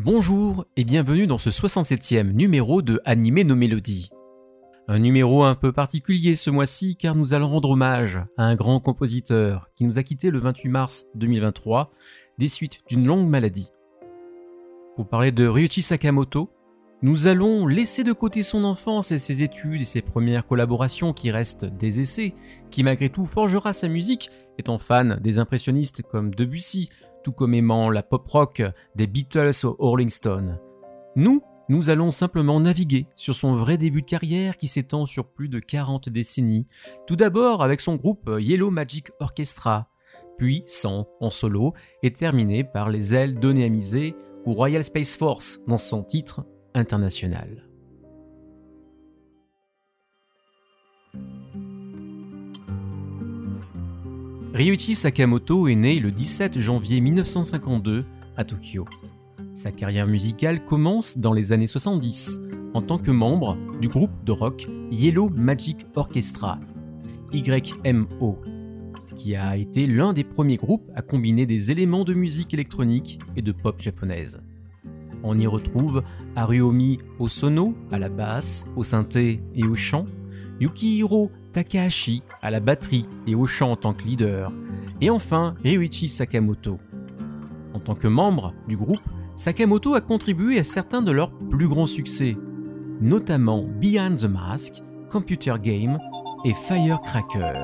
Bonjour et bienvenue dans ce 67e numéro de Animer nos mélodies. Un numéro un peu particulier ce mois-ci car nous allons rendre hommage à un grand compositeur qui nous a quittés le 28 mars 2023 des suites d'une longue maladie. Pour parler de Ryuichi Sakamoto, nous allons laisser de côté son enfance et ses études et ses premières collaborations qui restent des essais, qui malgré tout forgera sa musique, étant fan des impressionnistes comme Debussy, tout comme aimant la pop-rock des Beatles aux Rolling Stones. Nous allons simplement naviguer sur son vrai début de carrière qui s'étend sur plus de 40 décennies, tout d'abord avec son groupe Yellow Magic Orchestra, puis en solo, et terminé par les ailes données à miser ou Royal Space Force dans son titre international. Ryuichi Sakamoto est né le 17 janvier 1952 à Tokyo. Sa carrière musicale commence dans les années 70 en tant que membre du groupe de rock Yellow Magic Orchestra, YMO, qui a été l'un des premiers groupes à combiner des éléments de musique électronique et de pop japonaise. On y retrouve Haruomi Hosono à la basse, au synthé et au chant, Yukihiro Takahashi à la batterie et au chant en tant que leader, et enfin Ryuichi Sakamoto. En tant que membre du groupe, Sakamoto a contribué à certains de leurs plus grands succès, notamment Behind the Mask, Computer Game et Firecracker.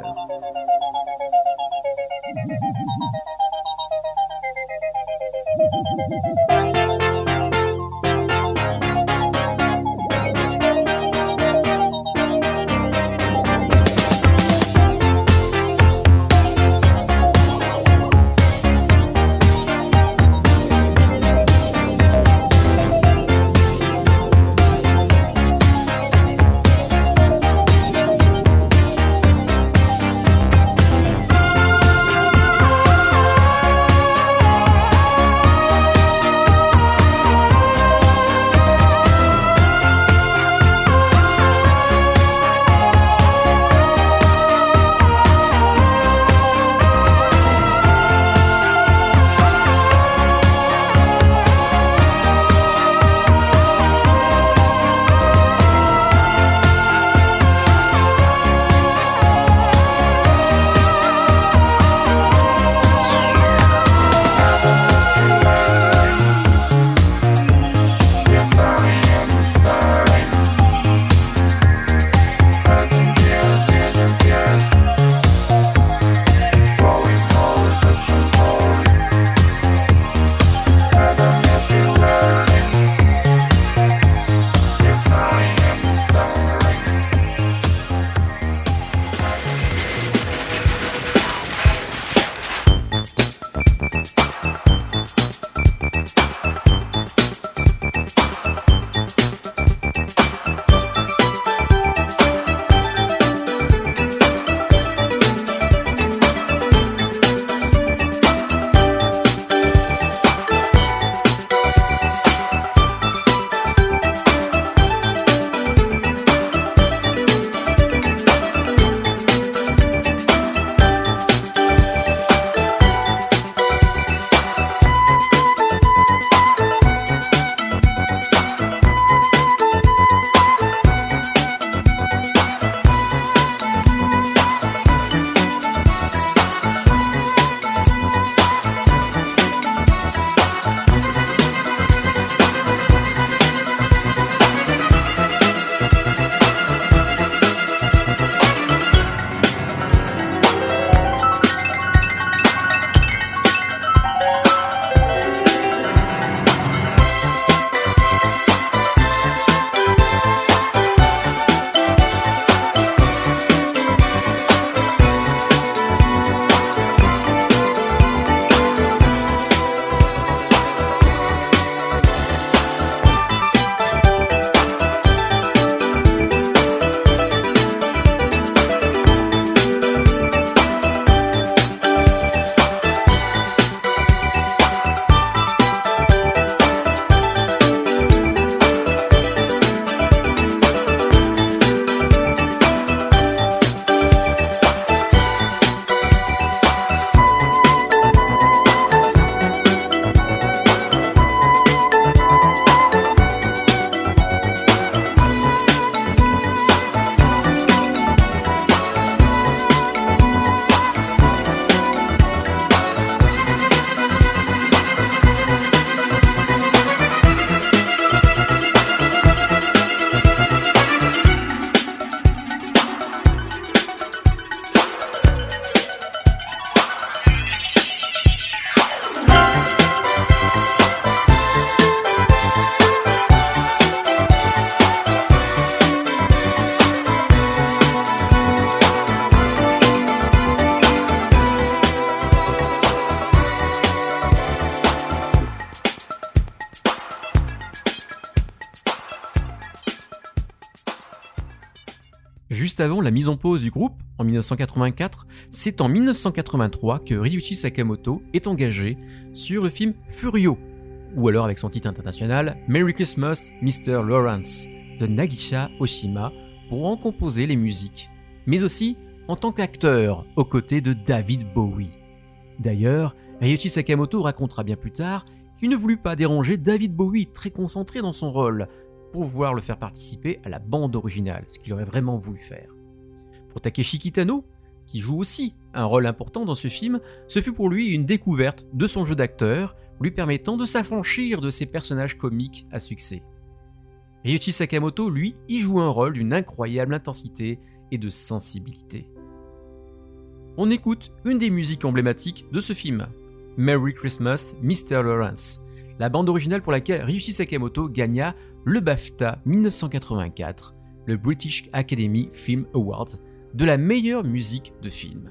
avant la mise en pause du groupe, en 1984, c'est en 1983 que Ryuichi Sakamoto est engagé sur le film Furio, ou alors avec son titre international Merry Christmas, Mr. Lawrence, de Nagisa Oshima, pour en composer les musiques, mais aussi en tant qu'acteur aux côtés de David Bowie. D'ailleurs, Ryuichi Sakamoto racontera bien plus tard qu'il ne voulut pas déranger David Bowie, très concentré dans son rôle, pour pouvoir le faire participer à la bande originale, ce qu'il aurait vraiment voulu faire. Pour Takeshi Kitano, qui joue aussi un rôle important dans ce film, ce fut pour lui une découverte de son jeu d'acteur, lui permettant de s'affranchir de ses personnages comiques à succès. Ryuichi Sakamoto, lui, y joue un rôle d'une incroyable intensité et de sensibilité. On écoute une des musiques emblématiques de ce film, Merry Christmas, Mr. Lawrence, la bande originale pour laquelle Ryuichi Sakamoto gagna le BAFTA 1984, le British Academy Film Award, de la meilleure musique de film.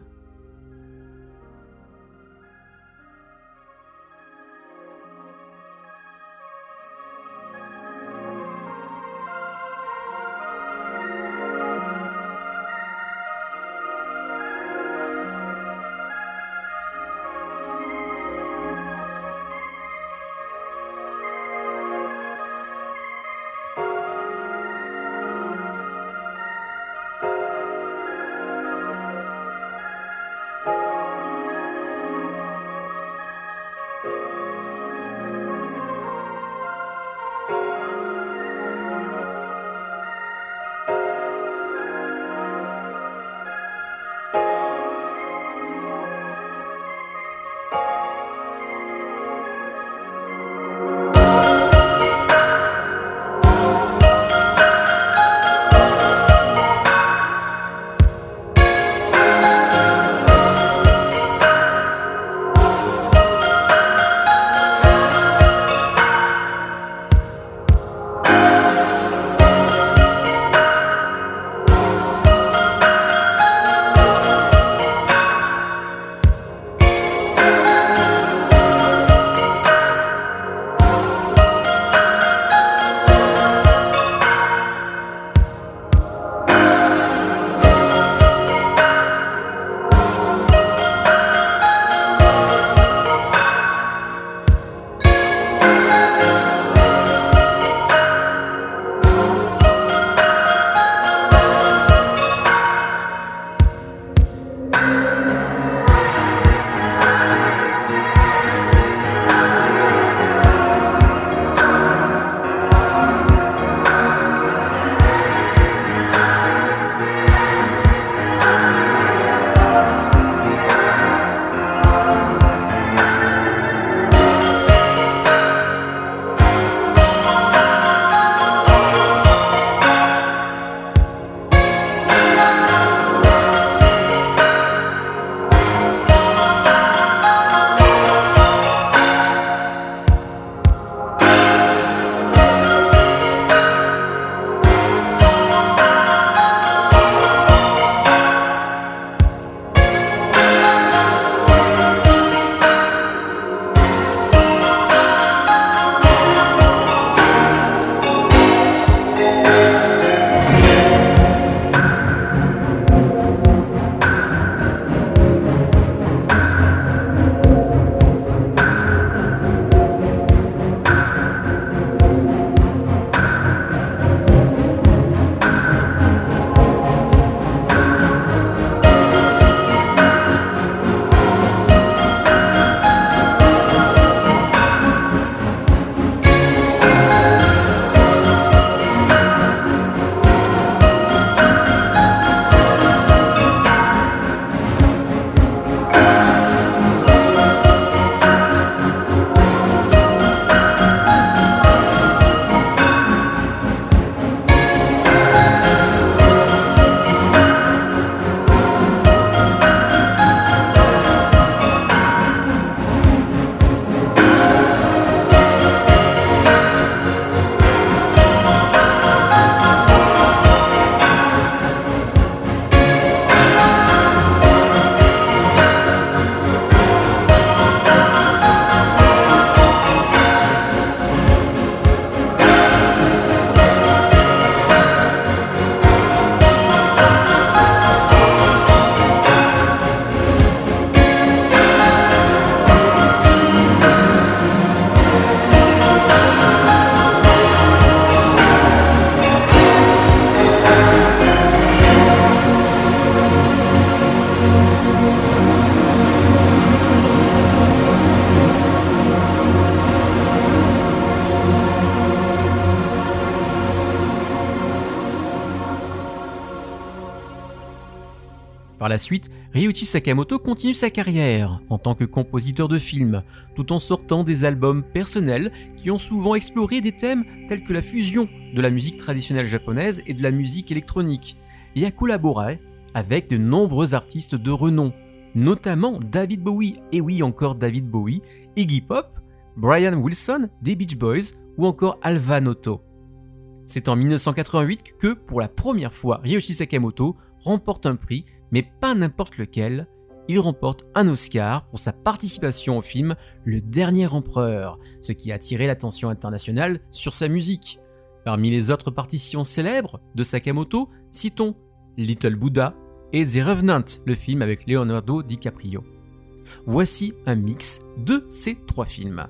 Par la suite, Ryuichi Sakamoto continue sa carrière en tant que compositeur de films, tout en sortant des albums personnels qui ont souvent exploré des thèmes tels que la fusion de la musique traditionnelle japonaise et de la musique électronique, et a collaboré avec de nombreux artistes de renom, notamment David Bowie, et oui encore David Bowie, Iggy Pop, Brian Wilson des Beach Boys ou encore Alva Noto. C'est en 1988 que, pour la première fois, Ryuichi Sakamoto remporte un prix, mais pas n'importe lequel. Il remporte un Oscar pour sa participation au film Le Dernier Empereur, ce qui a attiré l'attention internationale sur sa musique. Parmi les autres partitions célèbres de Sakamoto, citons Little Buddha et The Revenant, le film avec Leonardo DiCaprio. Voici un mix de ces trois films.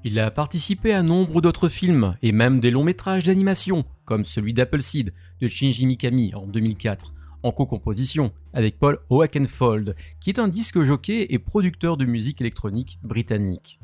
Il a participé à nombre d'autres films et même des longs métrages d'animation, comme celui d'Appleseed de Shinji Mikami en 2004, en co-composition avec Paul Oakenfold, qui est un disque jockey et producteur de musique électronique britannique.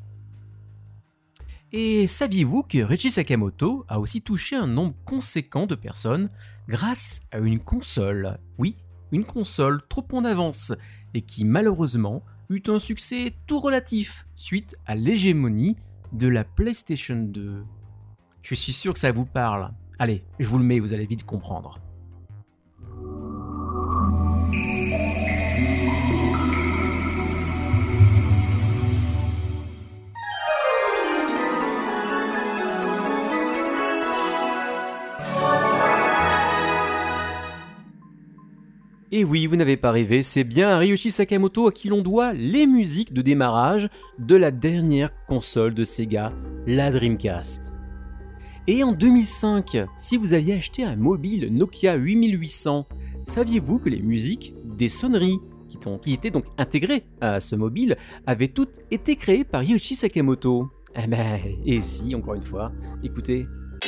Et saviez-vous que Ryuichi Sakamoto a aussi touché un nombre conséquent de personnes grâce à une console ? Oui, une console trop en avance et qui malheureusement eut un succès tout relatif suite à l'hégémonie de la PlayStation 2. Je suis sûr que ça vous parle. Allez, je vous le mets, vous allez vite comprendre. Et oui, vous n'avez pas rêvé, c'est bien à Ryuichi Sakamoto à qui l'on doit les musiques de démarrage de la dernière console de Sega, la Dreamcast. Et en 2005, si vous aviez acheté un mobile Nokia 8800, saviez-vous que les musiques des sonneries qui étaient donc intégrées à ce mobile avaient toutes été créées par Ryuichi Sakamoto ? Et si, encore une fois, écoutez.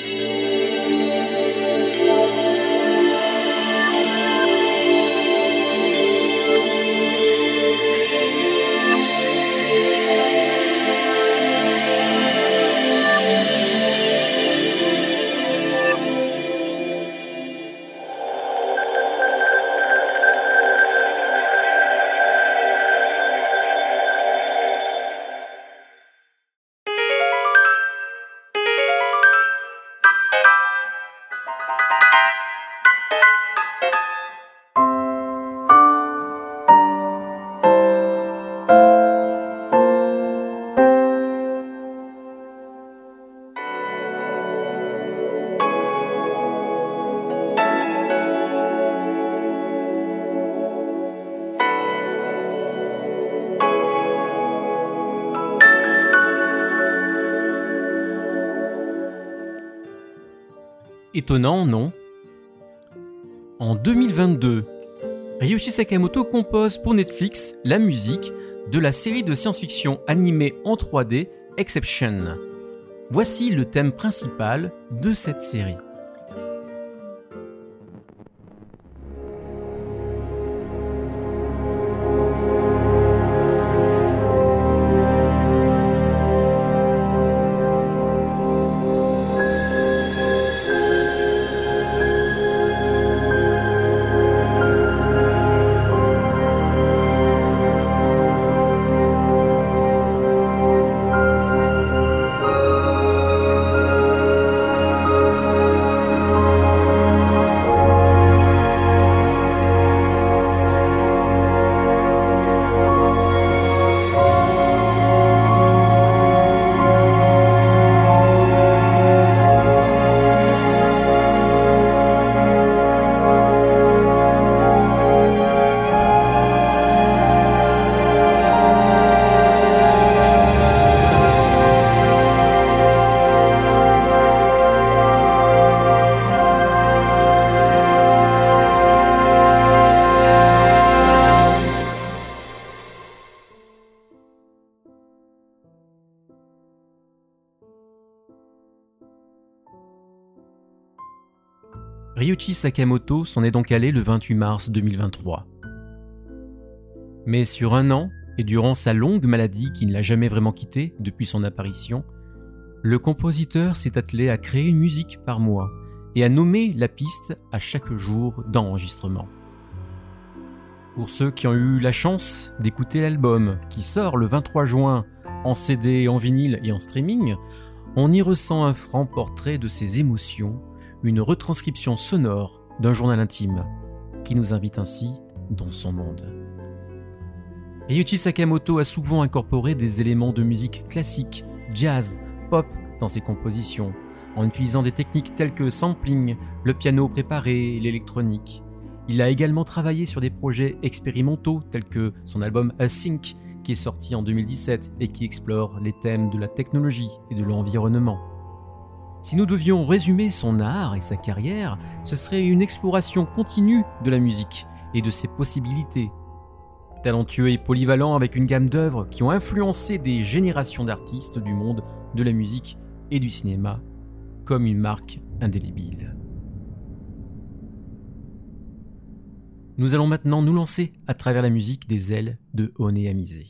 Étonnant, non ? En 2022, Ryuichi Sakamoto compose pour Netflix la musique de la série de science-fiction animée en 3D Exception. Voici le thème principal de cette série. Ryuichi Sakamoto s'en est donc allé le 28 mars 2023. Mais sur un an, et durant sa longue maladie qui ne l'a jamais vraiment quitté depuis son apparition, le compositeur s'est attelé à créer une musique par mois et à nommer la piste à chaque jour d'enregistrement. Pour ceux qui ont eu la chance d'écouter l'album qui sort le 23 juin en CD, en vinyle et en streaming, on y ressent un franc portrait de ses émotions, une retranscription sonore d'un journal intime qui nous invite ainsi dans son monde. Ryuichi Sakamoto a souvent incorporé des éléments de musique classique, jazz, pop dans ses compositions, en utilisant des techniques telles que sampling, le piano préparé et l'électronique. Il a également travaillé sur des projets expérimentaux tels que son album Async, qui est sorti en 2017 et qui explore les thèmes de la technologie et de l'environnement. Si nous devions résumer son art et sa carrière, ce serait une exploration continue de la musique et de ses possibilités. Talentueux et polyvalent avec une gamme d'œuvres qui ont influencé des générations d'artistes du monde de la musique et du cinéma, comme une marque indélébile. Nous allons maintenant nous lancer à travers la musique des ailes de Oné Amizé.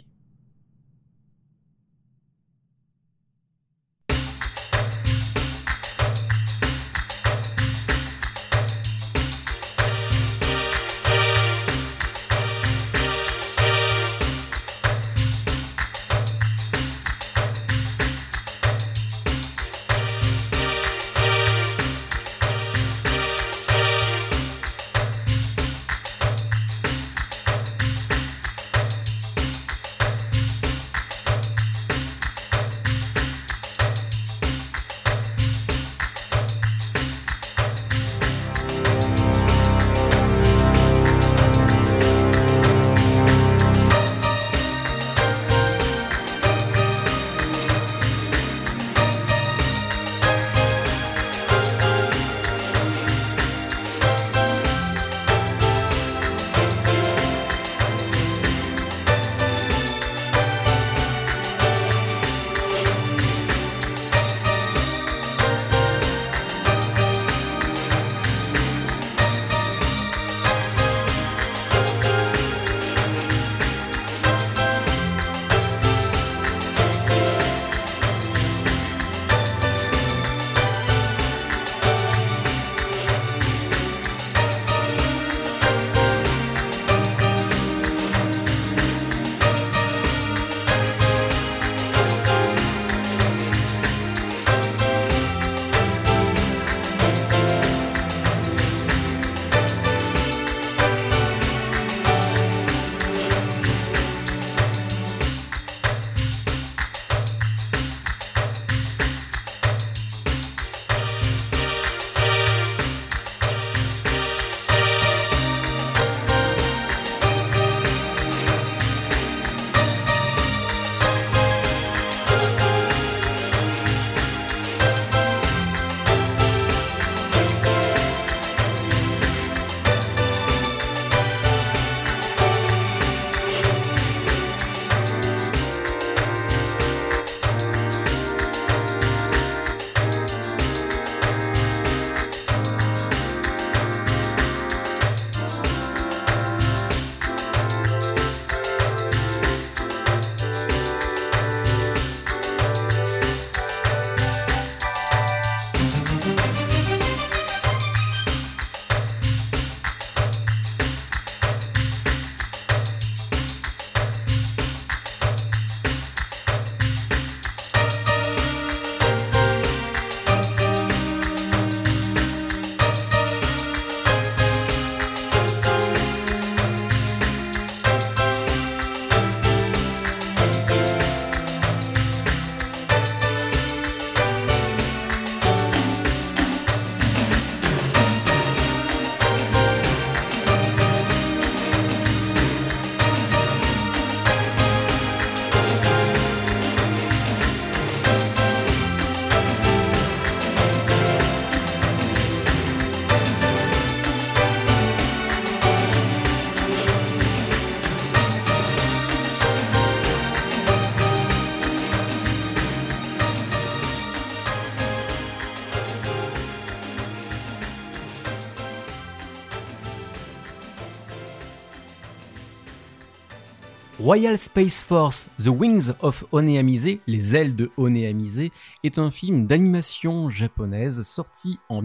Royal Space Force The Wings of Oné Amizé, Les ailes de Oné Amizé, est un film d'animation japonaise sorti en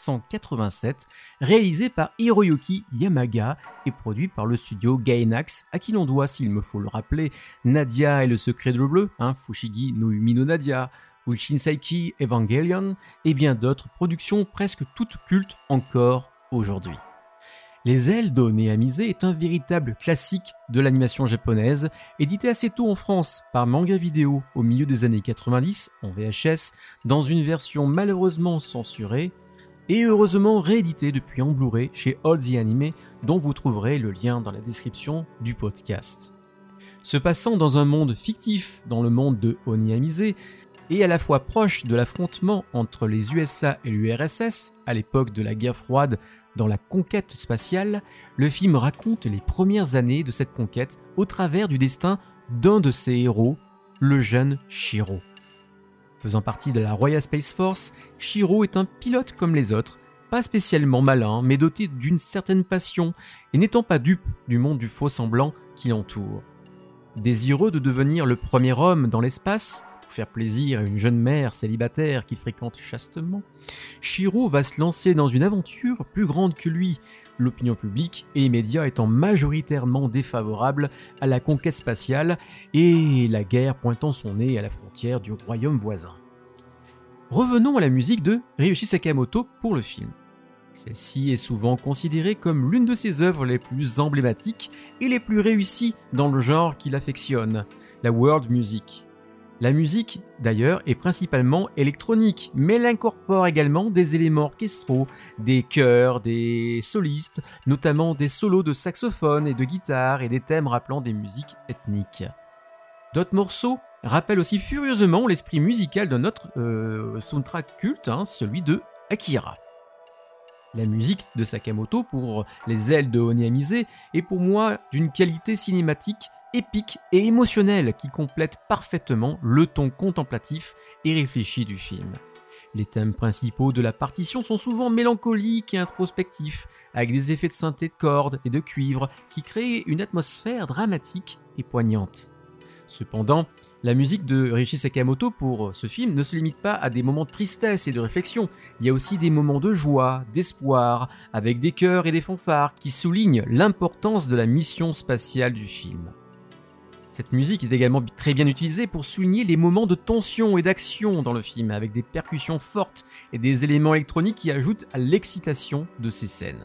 1987, réalisé par Hiroyuki Yamaga et produit par le studio Gainax, à qui l'on doit, s'il me faut le rappeler, Nadia et le secret de l'eau bleue, Fushigi no Umi no Nadia, ou Shinseiki Evangelion, et bien d'autres productions presque toutes cultes encore aujourd'hui. Les ailes d'Oné Amizé est un véritable classique de l'animation japonaise, édité assez tôt en France par Manga Video au milieu des années 90 en VHS, dans une version malheureusement censurée, et heureusement réédité depuis en Blu-ray chez All the Anime, dont vous trouverez le lien dans la description du podcast. Se passant dans un monde fictif, dans le monde de Oné Amizé, et à la fois proche de l'affrontement entre les USA et l'URSS à l'époque de la guerre froide Dans la conquête spatiale, le film raconte les premières années de cette conquête au travers du destin d'un de ses héros, le jeune Shiro. Faisant partie de la Royal Space Force, Shiro est un pilote comme les autres, pas spécialement malin, mais doté d'une certaine passion et n'étant pas dupe du monde du faux-semblant qui l'entoure. Désireux de devenir le premier homme dans l'espace, pour faire plaisir à une jeune mère célibataire qu'il fréquente chastement, Shiro va se lancer dans une aventure plus grande que lui, l'opinion publique et les médias étant majoritairement défavorables à la conquête spatiale et la guerre pointant son nez à la frontière du royaume voisin. Revenons à la musique de Ryuichi Sakamoto pour le film. Celle-ci est souvent considérée comme l'une de ses œuvres les plus emblématiques et les plus réussies dans le genre qu'il affectionne, la world music. La musique, d'ailleurs, est principalement électronique, mais elle incorpore également des éléments orchestraux, des chœurs, des solistes, notamment des solos de saxophone et de guitare et des thèmes rappelant des musiques ethniques. D'autres morceaux rappellent aussi furieusement l'esprit musical d'un autre soundtrack culte, celui de Akira. La musique de Sakamoto pour Les ailes de Oniamise est pour moi d'une qualité cinématique épique et émotionnelle qui complète parfaitement le ton contemplatif et réfléchi du film. Les thèmes principaux de la partition sont souvent mélancoliques et introspectifs, avec des effets de synthé de cordes et de cuivre qui créent une atmosphère dramatique et poignante. Cependant, la musique de Ryuichi Sakamoto pour ce film ne se limite pas à des moments de tristesse et de réflexion, il y a aussi des moments de joie, d'espoir, avec des chœurs et des fanfares qui soulignent l'importance de la mission spatiale du film. Cette musique est également très bien utilisée pour souligner les moments de tension et d'action dans le film, avec des percussions fortes et des éléments électroniques qui ajoutent à l'excitation de ces scènes.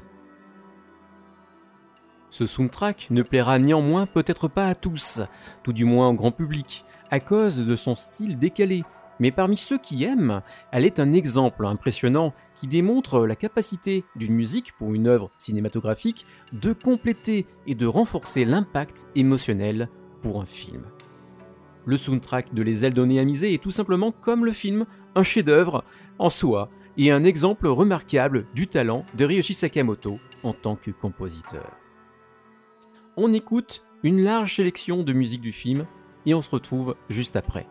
Ce soundtrack ne plaira néanmoins peut-être pas à tous, tout du moins au grand public, à cause de son style décalé, mais parmi ceux qui aiment, elle est un exemple impressionnant qui démontre la capacité d'une musique pour une œuvre cinématographique de compléter et de renforcer l'impact émotionnel pour un film. Le soundtrack de Les ailes d'Oniamise est tout simplement comme le film, un chef-d'œuvre en soi et un exemple remarquable du talent de Ryuichi Sakamoto en tant que compositeur. On écoute une large sélection de musique du film et on se retrouve juste après.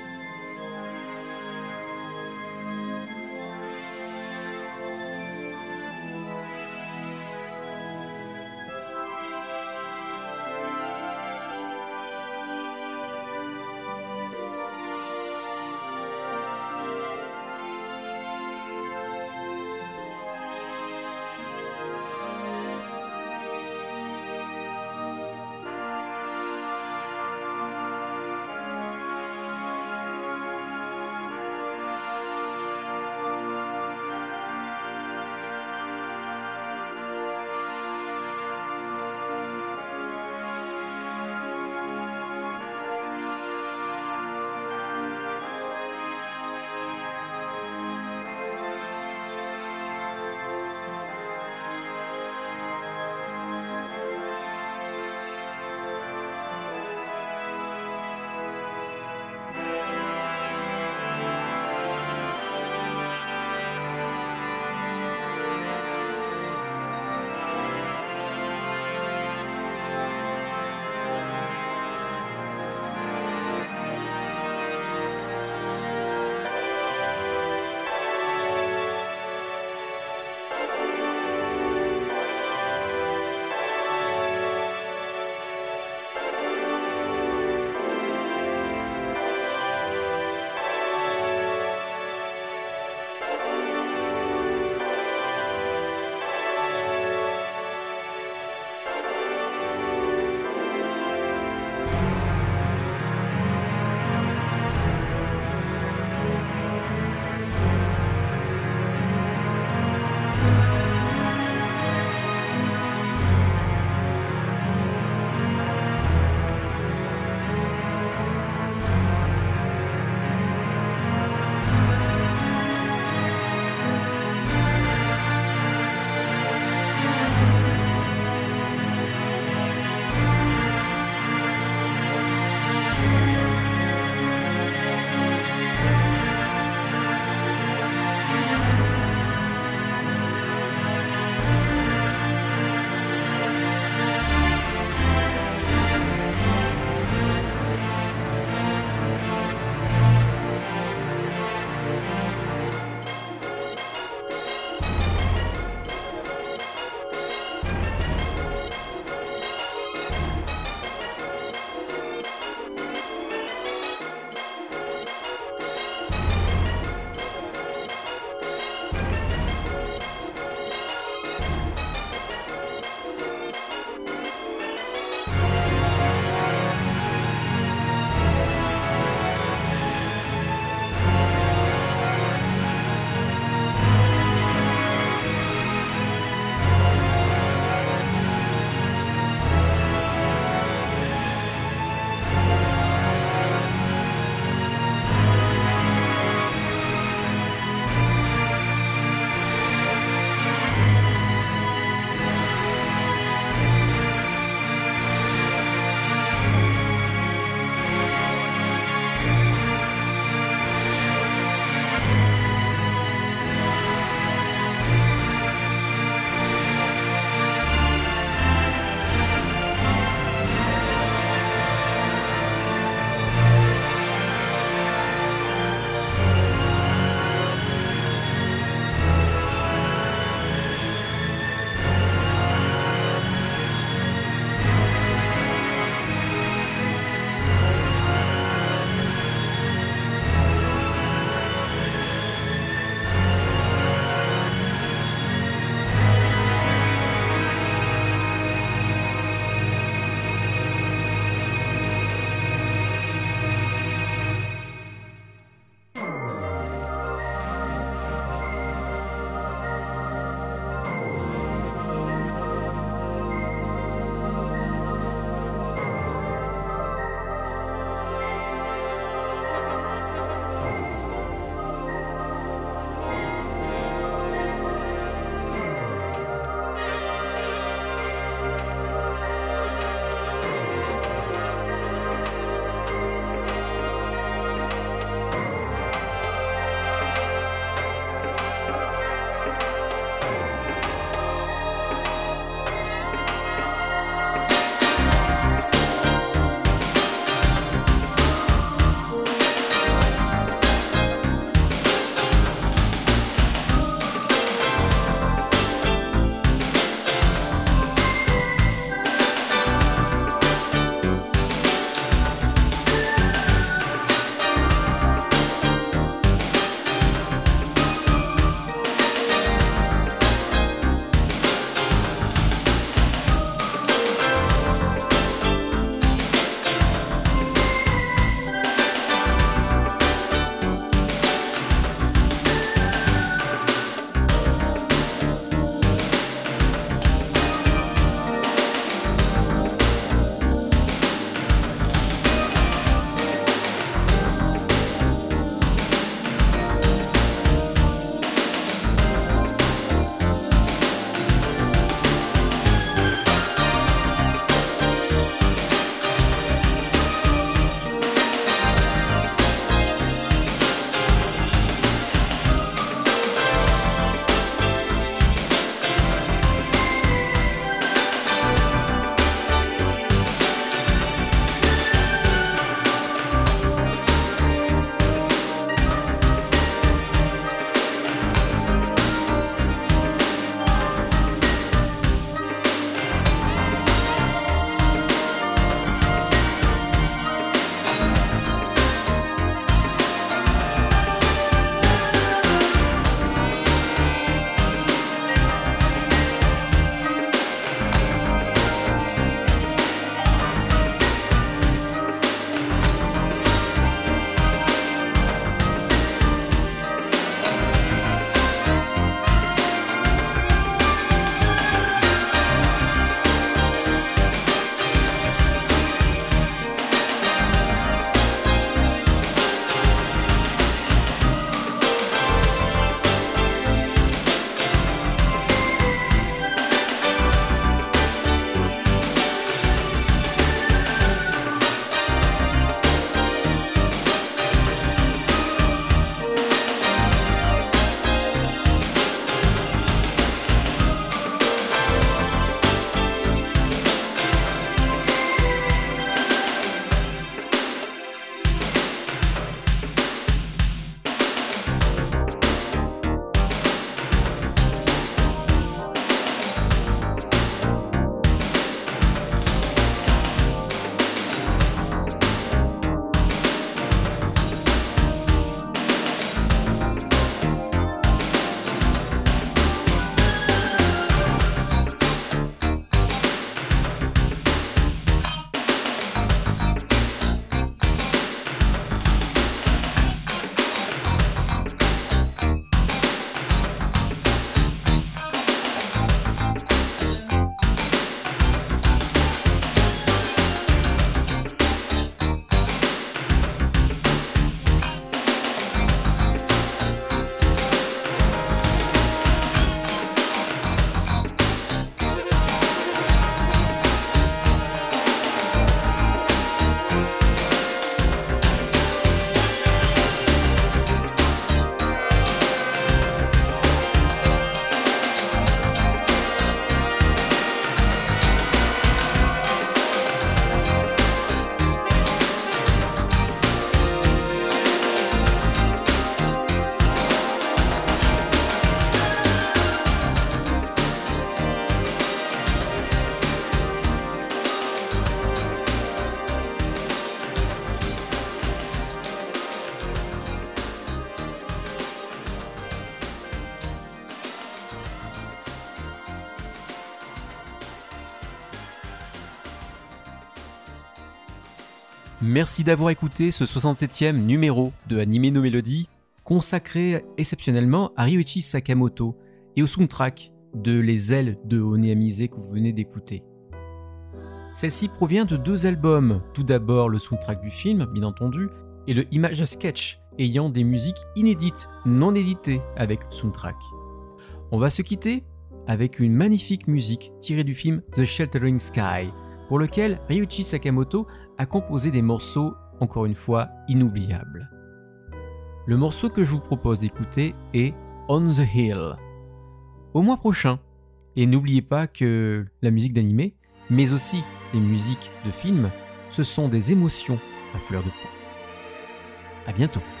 Merci d'avoir écouté ce 67e numéro de Anime no Melody, consacré exceptionnellement à Ryuichi Sakamoto et au soundtrack de Les Ailes de Oneamise que vous venez d'écouter. Celle-ci provient de 2 albums, tout d'abord le soundtrack du film, bien entendu, et le Image Sketch, ayant des musiques inédites, non éditées avec le soundtrack. On va se quitter avec une magnifique musique tirée du film The Sheltering Sky, pour lequel Ryuichi Sakamoto a composé des morceaux, encore une fois, inoubliables. Le morceau que je vous propose d'écouter est On the Hill. Au mois prochain, et n'oubliez pas que la musique d'animé, mais aussi les musiques de films, ce sont des émotions à fleur de peau. À bientôt.